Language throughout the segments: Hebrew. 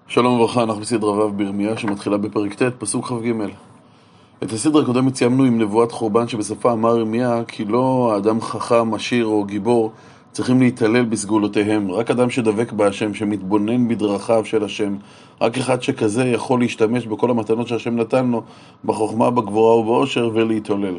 שלום וברכה, אנחנו בסדרה ו' בירמיה שמתחילה בפרק ט', פסוק כ"ג. את הסדרה הקודמת סיימנו עם נבואת חורבן שבסופה אמר ירמיה כי לא האדם חכם, עשיר או גיבור צריכים להתעלל בסגולותיהם. רק אדם שדבק בהשם, שמתבונן בדרכיו של השם, רק אחד שכזה יכול להשתמש בכל המתנות שהשם נתן לו בחוכמה, בגבורה ובאושר ולהתעולל.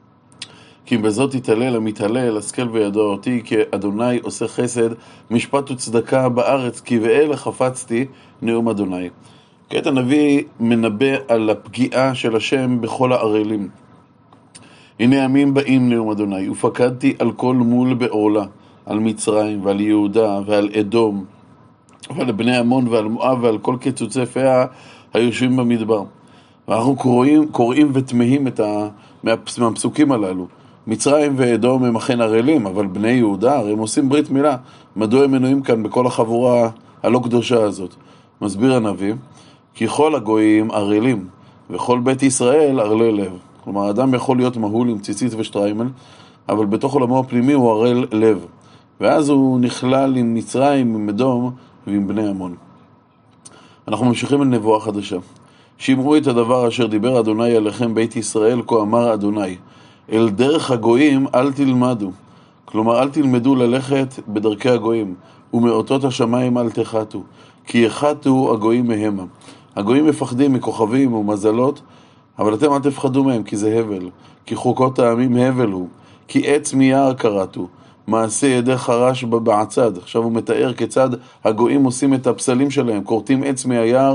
כי בזאת יתעלל המתעלל, השכל וידוע אותי, כי אדוני עושה חסד, משפט וצדקה בארץ, כי ואלה חפצתי נאום אדוני. כעת הנביא מנבא על הפגיעה של השם בכל הערלים. הנה ימים באים נאום אדוני, ופקדתי על כל מול בעורלה, על מצרים ועל יהודה ועל אדום, ועל בני עמון ועל מואב ועל כל קצוצי פאה היושבים במדבר. ואנחנו קוראים ותמהים מהפסוקים הללו. מצרים ואדום הם אכן ערלים, אבל בני יהודה הרי הם עושים ברית מילה. מדוע הם מנויים כאן בכל החבורה הלא קדושה הזאת? מסביר הנביא, כי כל הגויים ערלים, וכל בית ישראל ערלי לב. כלומר, האדם יכול להיות מהול עם ציצית ושטריימל, אבל בתוך עולמו הפנימי הוא ערל לב. ואז הוא נכלל עם מצרים, עם אדום ועם בני עמון. אנחנו ממשיכים לנבואה חדשה. שמעו את הדבר אשר דיבר אדוני עליכם בית ישראל, כה אמר אדוני, אל דרך הגויים אל תלמדו. כלומר, אל תלמדו ללכת בדרכי הגויים, ומאותות השמיים אל תחתו, כי יחתו הגויים מהמה. הגויים מפחדים מכוכבים ומזלות, אבל אתם אל תפחדו מהם, כי זה הבל. כי חוקות העמים הבל הוא, כי עץ מיער קראתו, מעשה ידי חרש בעצד. עכשיו הוא מתאר כיצד הגויים עושים את הפסלים שלהם, כורתים עץ מהיער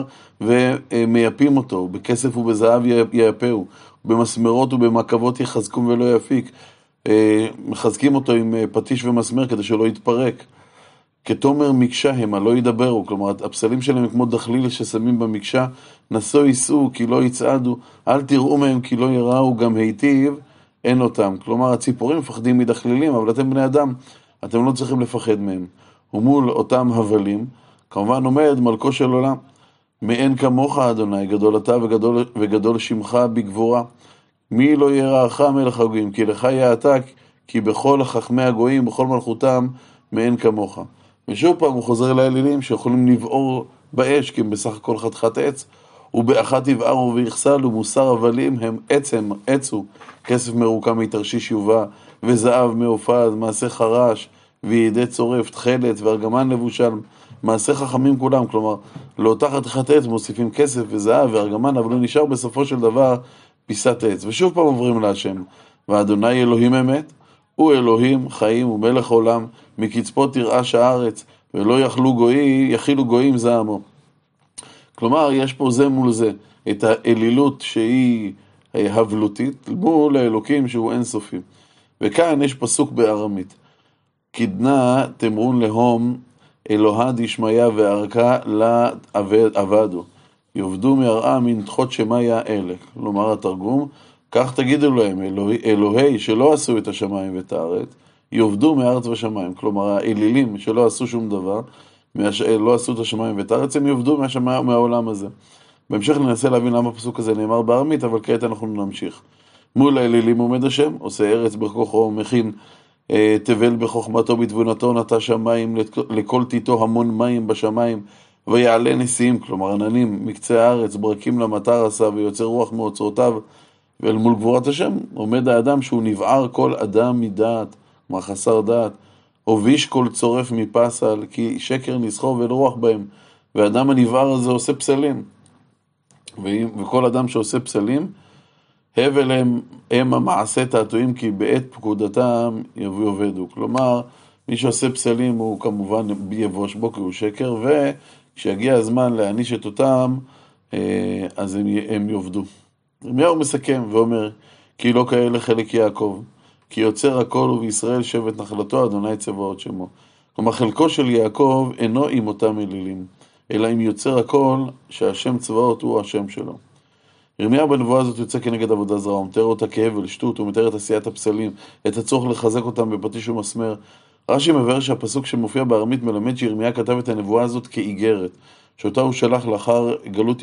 ומייפים אותו, בכסף ובזהב ייפהו, במסמרות ובמקבות יחזקום ולא יפיק. מחזקים אותו עם פטיש ומסמר כדי שלא יתפרק. כתומר מקשה המה לא ידברו, כלומר הפסלים שלהם הם כמו דחליל ששמים במקשה. נסו ייסעו כי לא יצעדו, אל תראו מהם כי לא יראו, גם היטיב אין אותם. כלומר הציפורים מפחדים מדחלילים, אבל אתם בני אדם, אתם לא צריכים לפחד מהם. ומול אותם הבלים כמובן עומד מלכו של עולם. מאין כמוך אדוני, גדול אתה וגדול שמך בגבורה. מי לא ירעך מלך הגויים, כי לך יעתק, כי בכל חכמי הגויים, בכל מלכותם, מאין כמוך. ושוב פעם הוא חוזר לאלילים שיכולים לבעור באש, כי הם בסך הכל חתיכת עץ, ובאחת יבערו ויחסלו, מוסר הבלים הם עצו, כסף מרוקם מתרשיש יובה, וזהב מעופד, מעשה חרש, וידי צורף, תחלת וארגמן לבושלם, מעשה חכמים כולם. כלומר, לאותה חתיכת עץ מוסיפים כסף וזהב וארגמן, אבל הוא נשאר בסופו של דבר פיסת עץ. ושוב פעם עוברים להשם, ואדוני אלוהים אמת, הוא אלוהים חיים ומלך עולם, מקצפות תרעש הארץ, ולא יכילו גויים זעמו. כלומר, יש פה זה מול זה, את האלילות שהיא הבלותית, מול האלוקים שהוא אינסופי. וכאן יש פסוק בארמית, כדנה תמרון להום, אלוהה דשמיה וערכה לה עבדו, יובדו מהרעה מנתחות שמיה אלה. כלומר התרגום, כך תגידו להם, אלוהי שלא עשו את השמיים ואת הארץ, יובדו מארץ ושמיים. כלומר האלילים שלא עשו שום דבר, לא עשו את השמיים ואת הארץ, הם יובדו מהעולם הזה. בהמשך ננסה להבין למה הפסוק הזה נאמר בארמית, אבל כעת אנחנו נמשיך. מול האלילים עומד השם, עושה ארץ בכוחו, מכין תבל בחוכמתו בתבונתו, נטע שמיים לכל תיתו המון מים בשמיים, ויעלה נשיאים, כלומר עננים מקצה הארץ, ברקים למטר עשה, ויוצר רוח מאוצרותיו. ואל מול גבורת השם עומד האדם שהוא נבער כל אדם מדעת, כלומר חסר דעת, הוביש כל צורף מפסל, כי שקר נסחור ואין רוח בהם. והאדם הנבער הזה עושה פסלים, וכל אדם שעושה פסלים, הבל הם המעשה תעתועים, כי בעת פקודתם יאבדו. כלומר, מי שעושה פסלים הוא כמובן יבוש בו, כי הוא שקר, וכשיגיע הזמן להעניש את אותם, אז הם יאבדו. ירמיהו מסכם ואומר, כי לא כאלה חלק יעקב, כי יוצר הכל ובישראל שבט נחלתו, אדוני צבאות שמו. כלומר, חלקו של יעקב אינו עם אותם אלילים, אלא עם יוצר הכל, שהשם צבאות הוא השם שלו. ירמיהו בנבואה הזאת יוצא כנגד עבודה זרה, הוא מתאר אותה כהבל, שטות, הוא מתאר את עשיית הפסלים, את הצורך לחזק אותם בפטיש ומסמר. רש"י מבאר שהפסוק שמופיע בארמית מלמד שירמיה כתב את הנבואה הזאת כאיגרת, שאותה הוא שלח לאחר גלות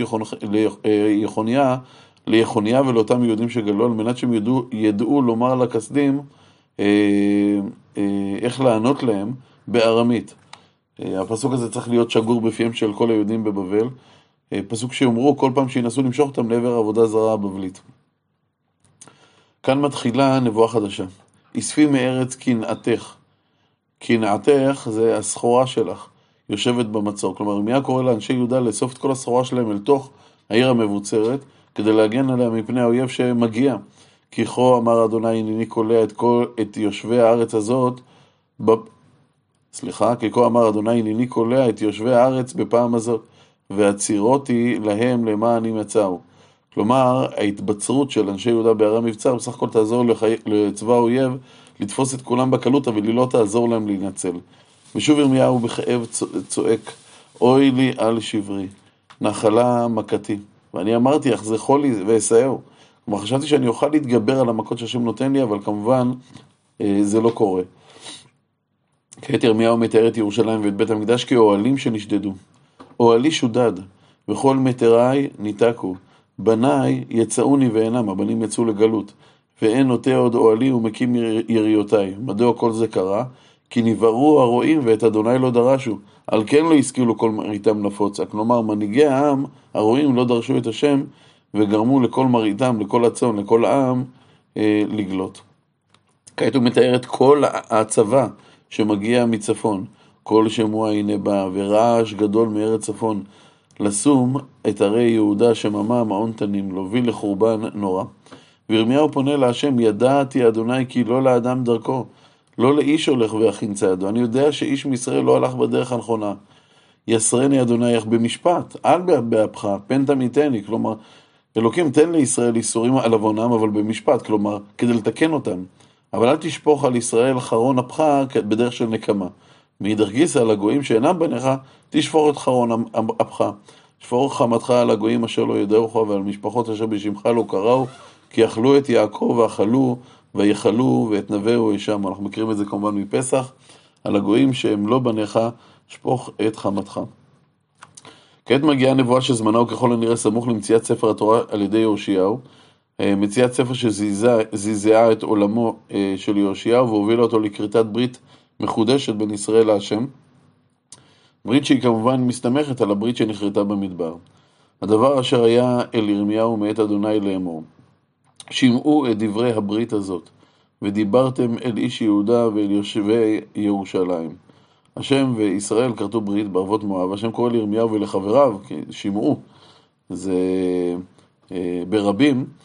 ליחוניה ולאותם יהודים שגלו, על מנת שהם ידעו לומר לכסדים איך לענות להם בארמית. הפסוק הזה צריך להיות שגור בפיהם של כל היהודים בבבל, פסוק שיאמרו כל פעם שינסו למשוך אותם לעבר עבודה זרה הבבלית. כאן מתחילה נבואה חדשה. אספי מארץ קנאתך. קנאתך זה הסחורה שלך, יושבת במצור. כלומר, ירמיה קורא לאנשי יהודה לאסוף את כל הסחורה שלהם אל תוך העיר המבוצרת, כדי להגן עליה מפני האויב שמגיע. כי כה אמר אדוני הנני קולע את יושבי הארץ הזאת, כי כה אמר אדוני הנני קולע את יושבי הארץ בפעם הזאת, והצירותי להם למען ימצאו. כלומר, ההתבצרות של אנשי יהודה בערי המבצר בסך הכל תעזור לצבא האויב לתפוס את כולם בקלות, אבל היא לא תעזור להם להינצל. ושוב ירמיהו בכאב צועק, אוי לי על שברי, נחלה מכתי. ואני אמרתי, אחזכו לי ואסעהו. כלומר, חשבתי שאני אוכל להתגבר על המכות שהשם נותן לי, אבל כמובן זה לא קורה. כעת ירמיהו מתאר את ירושלים ואת בית המקדש כאוהלים שנשדדו. אוהלי שודד, וכל מטריי ניתקו. בניי יצאוני ואינם, הבנים יצאו לגלות. ואין נוטה עוד אוהלי ומקים יריותיי. מדוע כל זה קרה? כי נבערו הרועים ואת אדוני לא דרשו. על כן לא השכילו כל מריתם נפוצה. כלומר, מנהיגי העם, הרועים לא דרשו את השם, וגרמו לכל מריתם, לכל הצאן, לכל העם, לגלות. כעת הוא מתאר את כל הצבא שמגיע מצפון. כל שמוע הנה בא, ורעש גדול מארץ צפון. לשום את ערי יהודה שממה מעון תנים, להוביל לחורבן נורא. וירמיהו פונה להשם, ידעתי אדוני כי לא לאדם דרכו, לא לאיש הולך ויכין צעדו. אני יודע שאיש מישראל לא הלך בדרך הנכונה. יסרני אדוני איך במשפט, אל באפך, פן תמיתני. כלומר, אלוקים תן לישראל איסורים על עוונם, אבל במשפט, כלומר, כדי לתקן אותם. אבל אל תשפוך על ישראל חרון אפך בדרך של נקמה. מאידך גיסא על הגויים שאינם בניך, תשפוך את חרון אפך. שפוך חמתך על הגויים אשר לא ידעוך, ועל משפחות אשר בשמך לא קראו, כי אכלו את יעקב ואכלו ויחלו ואת נבאו ישמו. אנחנו מכירים את זה כמובן מפסח. על הגויים שהם לא בניך, שפוך את חמתך. כעת מגיעה נבואה שזמנה הוא ככל הנראה סמוך למציאת ספר התורה על ידי יהושיהו. מציאת ספר שזעזעה את עולמו של יהושיהו והובילה אותו לכריתת ברית מחודשת בין ישראל להשם. ברית שהיא כמובן מסתמכת על הברית שנחרטה במדבר. הדבר אשר היה אל ירמיהו מאת אדוני לאמור. שמעו את דברי הברית הזאת, ודיברתם אל איש יהודה ואל יושבי ירושלים. השם וישראל כרתו ברית בערבות מואב. השם קורא לירמיהו ולחבריו, שמעו, זה ברבים,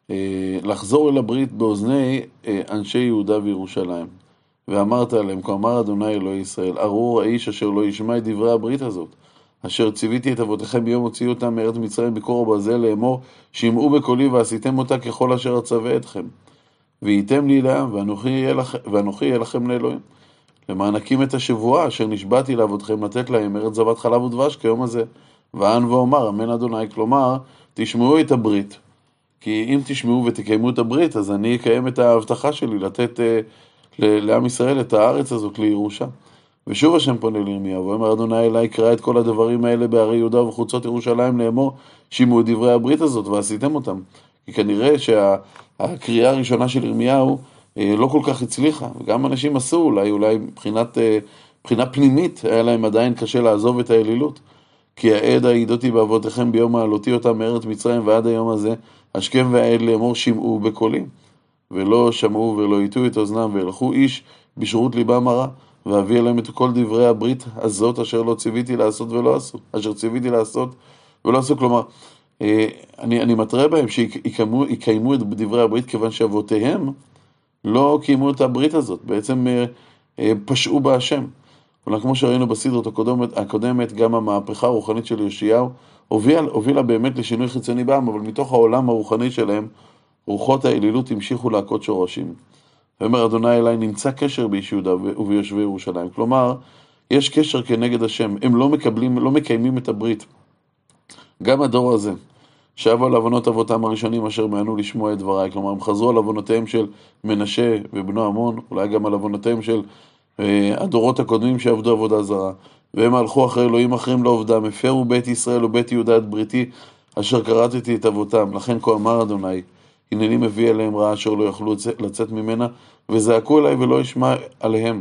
לחזור אל הברית באוזני אנשי יהודה וירושלים. ואמרת עליהם, כה אמר אדוני אלוהי ישראל, ארור האיש אשר לא ישמע את דברי הברית הזאת, אשר ציוויתי את אבותיכם ביום הוציאו אותם מארץ מצרים בקור הברזל לאמור, שמעו בקולי ועשיתם אותה ככל אשר אצווה אתכם. והייתם לי לעם, ואנוכי יהיה לכם לאלוהים. למען הקים את השבועה אשר נשבעתי לאבותיכם לתת להם ארץ זבת חלב ודבש כיום הזה. ואען ואומר, אמן אדוני. כלומר, תשמעו את הברית. כי אם תשמעו ותקיימו את הברית, אז אני אקיים את ההבטחה שלי לתת לעם ישראל את הארץ הזאת לירושה. ושוב השם פונה לירמיהו, ואומר אדוני אליי, קרא את כל הדברים האלה בערי יהודה ובחוצות ירושלים לאמור, שמעו את דברי הברית הזאת ועשיתם אותם. כי כנראה שהקריאה הראשונה של ירמיהו לא כל כך הצליחה, וגם אנשים עשו, אולי מבחינה פנימית היה להם עדיין קשה לעזוב את האלילות. כי העד העידותי באבותיכם ביום העלותי אותם מארץ מצרים ועד היום הזה, השכם והעד לאמור שמעו בקולי. ולא שמעו ולא יטו את אוזנם, והלכו איש בשירות ליבם הרע, ואביא אליהם את כל דברי הברית הזאת אשר לא ציוויתי לעשות ולא עשו. אשר ציוויתי לעשות ולא עשו. כלומר, אני מטרה בהם שיקיימו את דברי הברית, כיוון שאבותיהם לא קיימו את הברית הזאת. בעצם פשעו בהשם. כלומר, כמו שראינו בסדרות הקודמת, גם המהפכה הרוחנית של יאשיהו הובילה באמת לשינוי חיצוני בעם, אבל מתוך העולם הרוחני שלהם, רוחות האלילות המשיכו להכות שורשים. ואומר אדוני אליי, נמצא קשר באיש יהודה וביושבי ירושלים. כלומר, יש קשר כנגד השם. הם לא מקיימים את הברית. גם הדור הזה, שבו על עוונות אבותם הראשונים אשר מענו לשמוע את דבריי. כלומר, הם חזרו על עוונותיהם של מנשה ובנו עמון, אולי גם על עוונותיהם של הדורות הקודמים שעבדו עבודה זרה. והם הלכו אחרי אלוהים אחרים לעובדם, הפרו בית ישראל ובית יהודה את בריתי, אשר קראתי את אבותם. לכן כה אמר אדוני, הנני מביא אליהם רעה אשר לא יכלו לצאת ממנה, וזעקו אליי ולא ישמע עליהם.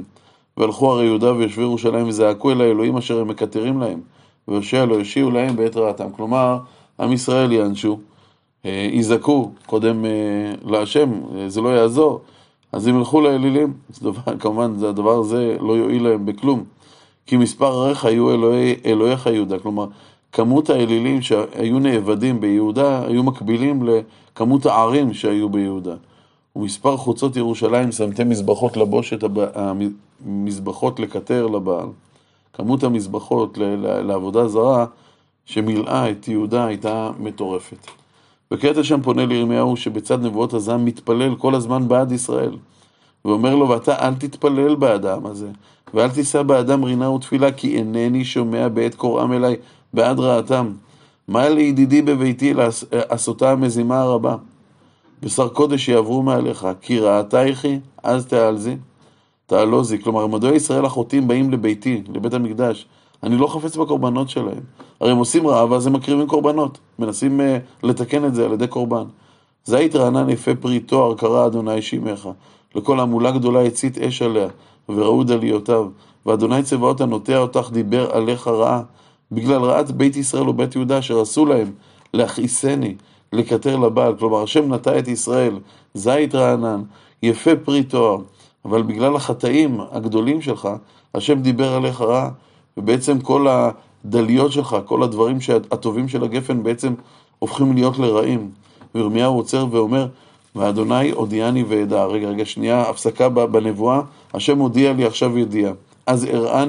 והלכו הרי יהודה ויושבי ירושלים וזעקו אל האלוהים אשר הם מקטרים להם, ויושע לא יושיעו להם בעת רעתם. כלומר, עם ישראל יענשו, יזעקו קודם להשם, זה לא יעזור, אז הם ילכו לאלילים. כמובן, הדבר הזה לא יועיל להם בכלום, כי מספר עריך היו אלוהיך יהודה. כלומר, כמות האלילים שהיו נאבדים ביהודה היו מקבילים לכמות הערים שהיו ביהודה. ומספר חוצות ירושלים שמתם מזבחות לבושת, מזבחות לקטר לבעל. כמות המזבחות לעבודה זרה שמילאה את יהודה הייתה מטורפת. וכעת השם פונה לירמיהו שבצד נבואות הזעם מתפלל כל הזמן בעד ישראל, ואומר לו, ואתה אל תתפלל בעדם הזה, ואל תישא בעדם רינה ותפילה, כי אינני שומע בעת קוראם אליי בעד רעתם. מה לידידי בביתי לעשותה המזימה הרבה? בשר קודש יעברו מעליך, כי רעתייך אז תעלזי, תעלוזי. כלומר, מדוע ישראל החוטאים באים לביתי, לבית המקדש? אני לא חפץ בקורבנות שלהם. הרי הם עושים רע, ואז הם מקריבים קורבנות. מנסים לתקן את זה על ידי קורבן. זית רענן יפה פרי תואר, קרא אדוני שימך. לכל המולה גדולה הצית אש עליה, וראו דליותיו. ואדוני צבאות הנוטע אותך דיבר עליך רעה, בגלל רעת בית ישראל ובית יהודה, אשר עשו להם להכעיסני, לקטר לבעל. כלומר, השם נטע את ישראל, זית רענן, יפה פרי תואר, אבל בגלל החטאים הגדולים שלך, השם דיבר עליך רע, ובעצם כל הדליות שלך, כל הדברים הטובים של הגפן בעצם הופכים להיות לרעים. וירמיהו עוצר ואומר, ואדוני הודיעני וידע. רגע, שנייה, הפסקה בנבואה, השם הודיע לי עכשיו ידיעה. אז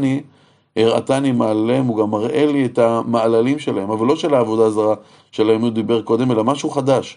הראתני מעליהם, הוא גם מראה לי את המעללים שלהם, אבל לא של העבודה הזרה שלהם הוא דיבר קודם, אלא משהו חדש.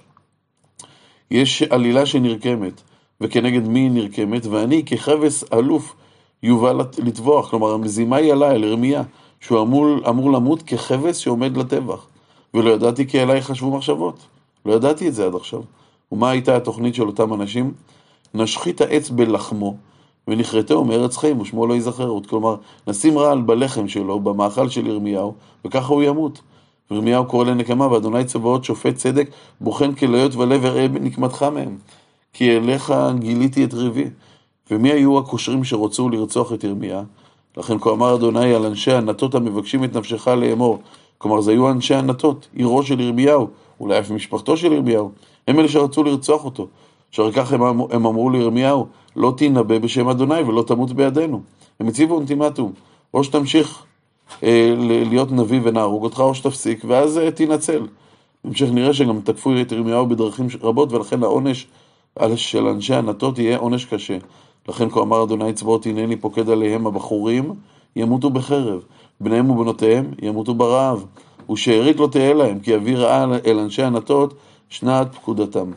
יש עלילה שנרקמת, וכנגד מי היא נרקמת, ואני כחבס אלוף יובא לטבוח. כלומר, המזימה היא עליי, על ירמיה, שהוא אמור למות כחבס שעומד לטבח. ולא ידעתי כי אליי חשבו מחשבות. לא ידעתי את זה עד עכשיו. ומה הייתה התוכנית של אותם אנשים? נשחית העץ בלחמו, ונכרתהו מארץ חיים, ושמו לא ייזכר עוד. כלומר, נשים רעל בלחם שלו, במאכל של ירמיהו, וככה הוא ימות. ירמיהו קורא לנקמה, ואדוני צבאות שופט צדק, בוחן כליות ולב אראה נקמתך מהם. כי אליך גיליתי את ריבי. ומי היו הקושרים שרוצו לרצוח את ירמיה? לכן כה אמר אדוני על אנשי הנטות המבקשים את נפשך לאמור. כלומר, זה היו אנשי הנטות, עירו של ירמיהו, אולי אף משפחתו של ירמיהו. הם אלה שרצו לרצוח אותו. אחר כך הם אמרו לירמיהו, לא תנבא בשם אדוני ולא תמות בידינו. הם הציבו אולטימטום, או שתמשיך להיות נביא ונהרוג אותך, או שתפסיק, ואז תנצל. בהמשך נראה שגם תקפו את ירמיהו בדרכים רבות, ולכן העונש של אנשי הנטות יהיה עונש קשה. לכן כה אמר אדוני צבאות, הנני פוקד עליהם, הבחורים ימותו בחרב, בניהם ובנותיהם ימותו ברעב, ושארית לא תהיה להם, כי יביא רעה אל אנשי הנטות שנת פקודתם.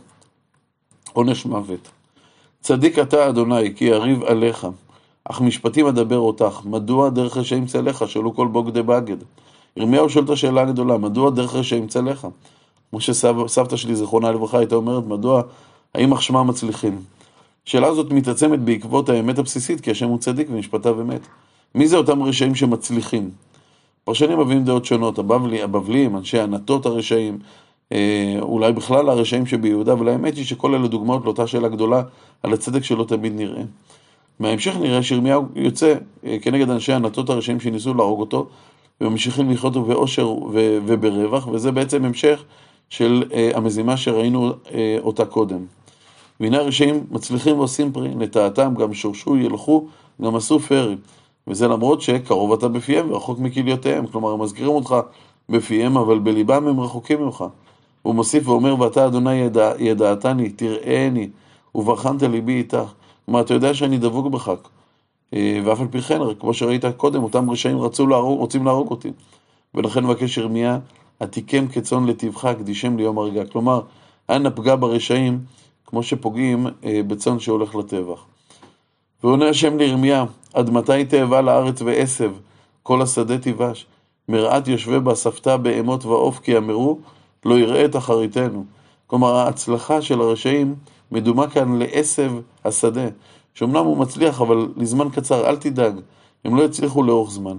עונש מוות. צדיק אתה אדוני, כי יריב עליך, אך משפטים אדבר אותך. מדוע דרך רשעים צלך? שאלו כל בוגדי בגד. ירמיהו שואל את השאלה הגדולה, מדוע דרך רשעים צלך? כמו שסבתא שלי זכרונה לברכה הייתה אומרת, מדוע האם אך מצליחים? השאלה הזאת מתעצמת בעקבות האמת הבסיסית, כי השם הוא צדיק ומשפטיו אמת. מי זה אותם רשעים שמצליחים? פרשנים מביאים דעות שונות, הבבלים, אנשי הנטות הרשעים, אולי בכלל הרשעים שביהודה, אבל האמת היא שכל אלה דוגמאות לאותה שאלה גדולה על הצדק שלא תמיד נראה. מההמשך נראה שירמיהו יוצא כנגד אנשי הנטות הרשעים שניסו להרוג אותו, וממשיכים לחיות אותו באושר וברווח, וזה בעצם המשך של המזימה שראינו אותה קודם. והנה הרשעים מצליחים ועושים פרי, נטעתם, גם שורשו, ילכו, גם עשו פרי. וזה למרות שקרוב אתה בפיהם ורחוק מכליותיהם. כלומר, הם מזכירים אותך בפיהם, אבל בליבם הם רחוקים ממך. הוא מוסיף ואומר, ואתה אדוני ידעתני, תראיני, ובחנת ליבי איתך. כלומר, אתה יודע שאני דבוק בך. ואף על פי כן, כמו שראית קודם, אותם רשעים רוצים להרוג אותי. ולכן מבקש ירמיה, עתיקם כצאן לטבך, קדישם ליום הרגע. כלומר, אנא פגע ברשעים, כמו שפוגעים בצאן שהולך לטבח. ועונה השם לירמיה, עד מתי תאבה לארץ ועשב, כל השדה תיבש, מרעת יושבי בה שפתה בהמות ועוף, כי אמרו, לא יראה את אחריתנו. כלומר, ההצלחה של הרשעים מדומה כאן לעשב השדה, שאומנם הוא מצליח, אבל לזמן קצר, אל תדאג, הם לא יצליחו לאורך זמן.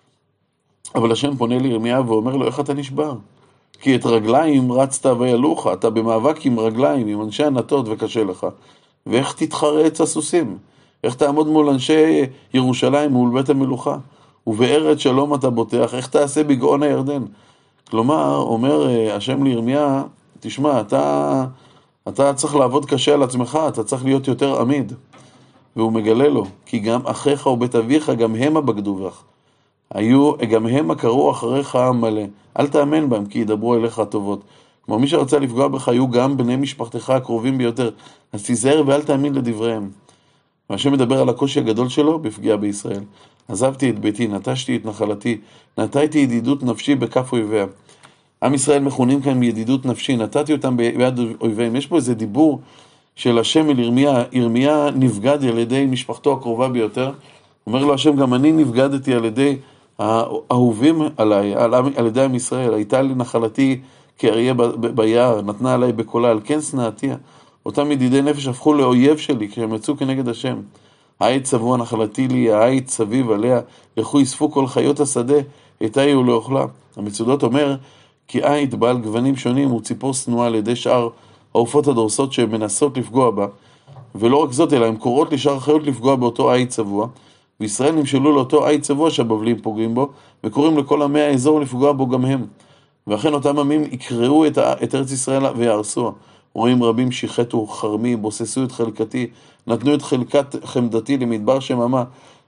אבל השם פונה לירמיה ואומר לו, איך אתה נשבר? כי את רגליים רצת וילוך, אתה במאבק עם רגליים, עם אנשי הנטות וקשה לך. ואיך תתחרה את הסוסים? איך תעמוד מול אנשי ירושלים, מול בית המלוכה? ובארץ שלום אתה בוטח, איך תעשה בגאון הירדן? כלומר, אומר השם לירמיה, תשמע, אתה צריך לעבוד קשה על עצמך, אתה צריך להיות יותר עמיד. והוא מגלה לו, כי גם אחיך ובית אביך, גם המה בגדו בך. גם המה קראו אחריך עם מלא. אל תאמן בהם, כי ידברו אליך טובות. כלומר, מי שרצה לפגוע בך, היו גם בני משפחתך הקרובים ביותר. אז תיזהר ואל תאמין לדבריהם. והשם מדבר על הקושי הגדול שלו בפגיעה בישראל. עזבתי את ביתי, נטשתי את נחלתי, נתתי ידידות נפשי בכף אויביה. עם ישראל מכונים כאן בידידות נפשי, נתתי אותם ביד אויביהם. יש פה איזה דיבור של השם אל ירמיה. ירמיה נבגד על ידי משפחתו הקרובה ביותר. אומר לו השם, גם אני נבגדתי על ידי האהובים עליי, על ידי עם ישראל. הייתה לי נחלתי כאריה ביער, נתנה עליי בקולה, על כן שנאתיה. אותם ידידי נפש הפכו לאויב שלי, כשהם יצאו כנגד השם. העית צבוע נחלתי לי, העית סביב עליה, לכו יספו כל חיות השדה, איתה יהיו לאוכלה. המצודות אומר, כי עית בעל גוונים שונים הוא ציפור שנואה על ידי שאר העופות הדורסות שמנסות לפגוע בה, ולא רק זאת, אלא הן קוראות לשאר החיות לפגוע באותו עית צבוע, וישראל נמשלו לאותו עית צבוע שהבבלים פוגעים בו, וקוראים לכל עמי האזור לפגוע בו גם הם. ואכן אותם עמים יקראו את ארץ ישראל ויהרסוה. רואים רבים שיחתו חרמי, בוססו את חלקתי, נתנו את חלקת חמדתי למדבר שממה,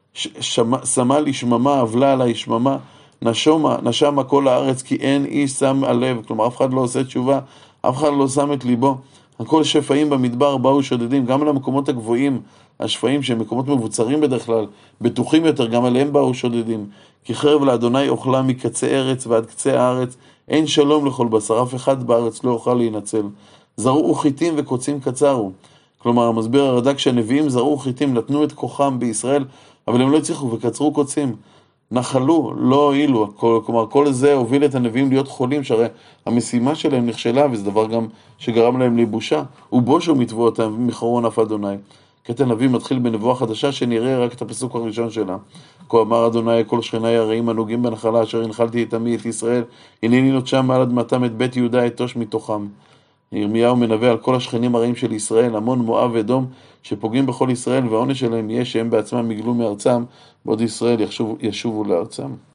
שמה לי שממה, עבלה עליי שממה, נשמה כל הארץ, כי אין איש שם הלב. כלומר, אף אחד לא עושה תשובה, אף אחד לא שם את ליבו. הכל שפעים במדבר באו שודדים, גם על המקומות הגבוהים, השפעים שהם מקומות מבוצרים בדרך כלל, בטוחים יותר, גם עליהם באו שודדים. כי חרב לאדוני אוכלה מקצה ארץ ועד קצה הארץ, אין שלום לכל בשר, אף אחד בארץ לא יוכל להינצל. זרעו חיטים וקוצים קצרו. כלומר, המסביר הרד"ק שהנביאים זרעו חיטים, נתנו את כוחם בישראל, אבל הם לא הצליחו וקצרו קוצים. נחלו, לא הועילו. כלומר, כל זה הוביל את הנביאים להיות חולים, שהרי המשימה שלהם נכשלה, וזה דבר גם שגרם להם לבושה. ובושו מתבואתם מחרון אף אדוני. קטע הנביא מתחיל בנבואה חדשה שנראה רק את הפסוק הראשון שלה. כה אמר אדוני, כל שכני הרעים הנוגעים בנחלה אשר הנחלתי את עמי את ישראל, הנני נוטשם מעל אדמתם את בית יהודה אתוש מתוכם. ירמיהו מנבא על כל השכנים הרעים של ישראל, עמון, מואב ודום, שפוגעים בכל ישראל, והעונש שלהם יהיה שהם בעצמם יגלו מארצם, בעוד ישראל ישובו לארצם.